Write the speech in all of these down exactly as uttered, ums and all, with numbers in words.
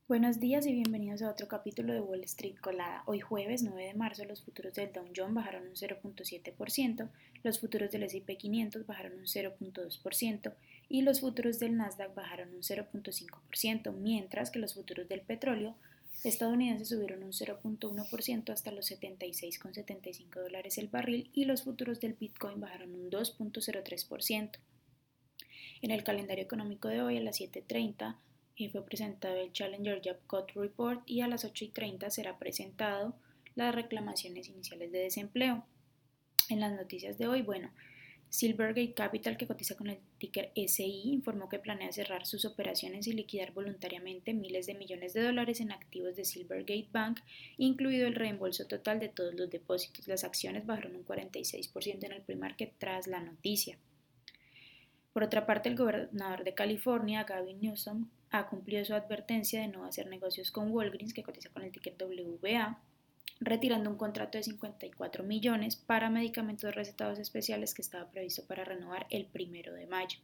Buenos días y bienvenidos a otro capítulo de Wall Street Colada. Hoy jueves nueve de marzo los futuros del Dow Jones bajaron un cero punto siete por ciento, los futuros del ese y pe quinientos bajaron un cero punto dos por ciento y los futuros del Nasdaq bajaron un cero punto cinco por ciento, mientras que los futuros del petróleo estadounidense subieron un cero punto uno por ciento hasta los setenta y seis con setenta y cinco dólares el barril y los futuros del Bitcoin bajaron un dos punto cero tres por ciento. En el calendario económico de hoy a las siete y treinta eh, fue presentado el Challenger Job Cut Report y a las ocho y treinta será presentado las reclamaciones iniciales de desempleo. En las noticias de hoy, bueno, Silvergate Capital, que cotiza con el ticker ese i, informó que planea cerrar sus operaciones y liquidar voluntariamente miles de millones de dólares en activos de Silvergate Bank, incluido el reembolso total de todos los depósitos. Las acciones bajaron un cuarenta y seis por ciento en el pre-market tras la noticia. Por otra parte, el gobernador de California, Gavin Newsom, ha cumplido su advertencia de no hacer negocios con Walgreens, que cotiza con el ticker doble ve a, retirando un contrato de cincuenta y cuatro millones para medicamentos recetados especiales que estaba previsto para renovar el primero de mayo.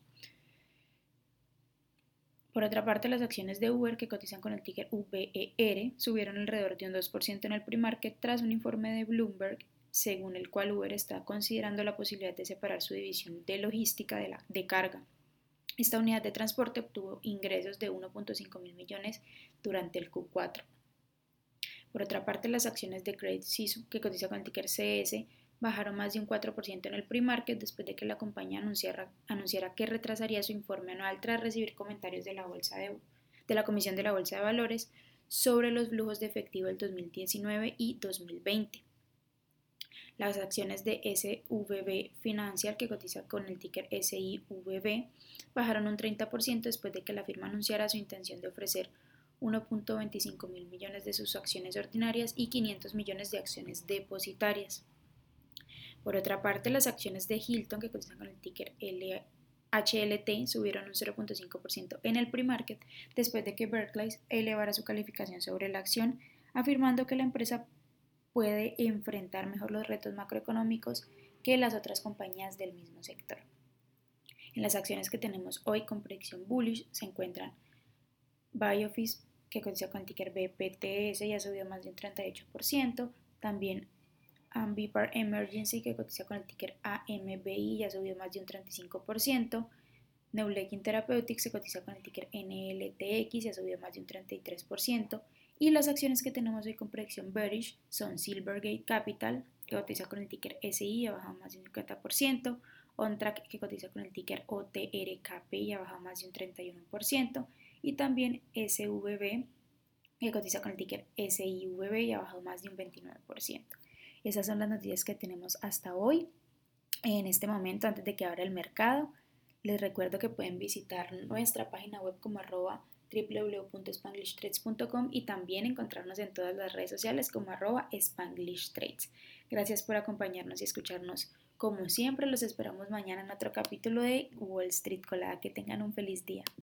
Por otra parte, las acciones de Uber, que cotizan con el ticker ve e erre, subieron alrededor de un dos por ciento en el pre-market tras un informe de Bloomberg según el cual Uber está considerando la posibilidad de separar su división de logística de, la, de carga. Esta unidad de transporte obtuvo ingresos de uno punto cinco mil millones durante el cu cuatro. Por otra parte, las acciones de Credit Suisse, que cotiza con el ticker ce ese, bajaron más de un cuatro por ciento en el pre-market después de que la compañía anunciara, anunciara que retrasaría su informe anual tras recibir comentarios de la, bolsa de, de la Comisión de la Bolsa de Valores sobre los flujos de efectivo del dos mil diecinueve y dos mil veinte. Las acciones de ese ve be Financial, que cotiza con el ticker ese i ve be, bajaron un treinta por ciento después de que la firma anunciara su intención de ofrecer uno punto veinticinco mil millones de sus acciones ordinarias y quinientos millones de acciones depositarias. Por otra parte, las acciones de Hilton, que cotizan con el ticker hache ele te, subieron un cero punto cinco por ciento en el pre-market después de que Berkeley elevara su calificación sobre la acción, afirmando que la empresa puede enfrentar mejor los retos macroeconómicos que las otras compañías del mismo sector. En las acciones que tenemos hoy con predicción bullish se encuentran Bioffice, que cotiza con el ticker be pe te ese y ha subido más de un treinta y ocho por ciento, también Ambipar Emergency, que cotiza con el ticker a eme be i y ha subido más de un treinta y cinco por ciento, Neulekin Therapeutics se cotiza con el ticker ene ele te equis y ha subido más de un treinta y tres por ciento, y las acciones que tenemos hoy con predicción bearish son Silvergate Capital, que cotiza con el ticker ese i y ha bajado más de un cincuenta por ciento, OnTrack, que cotiza con el ticker o te erre ka pe y ha bajado más de un treinta y uno por ciento, y también ese ve be, que cotiza con el ticker ese i ve be y ha bajado más de un veintinueve por ciento. Esas son las noticias que tenemos hasta hoy. En este momento, antes de que abra el mercado, les recuerdo que pueden visitar nuestra página web como arroba doble u doble u doble u punto spanglish trades punto com y también encontrarnos en todas las redes sociales como arroba Spanglish Trades. Gracias por acompañarnos y escucharnos. Como siempre, los esperamos mañana en otro capítulo de Wall Street Colada. Que tengan un feliz día.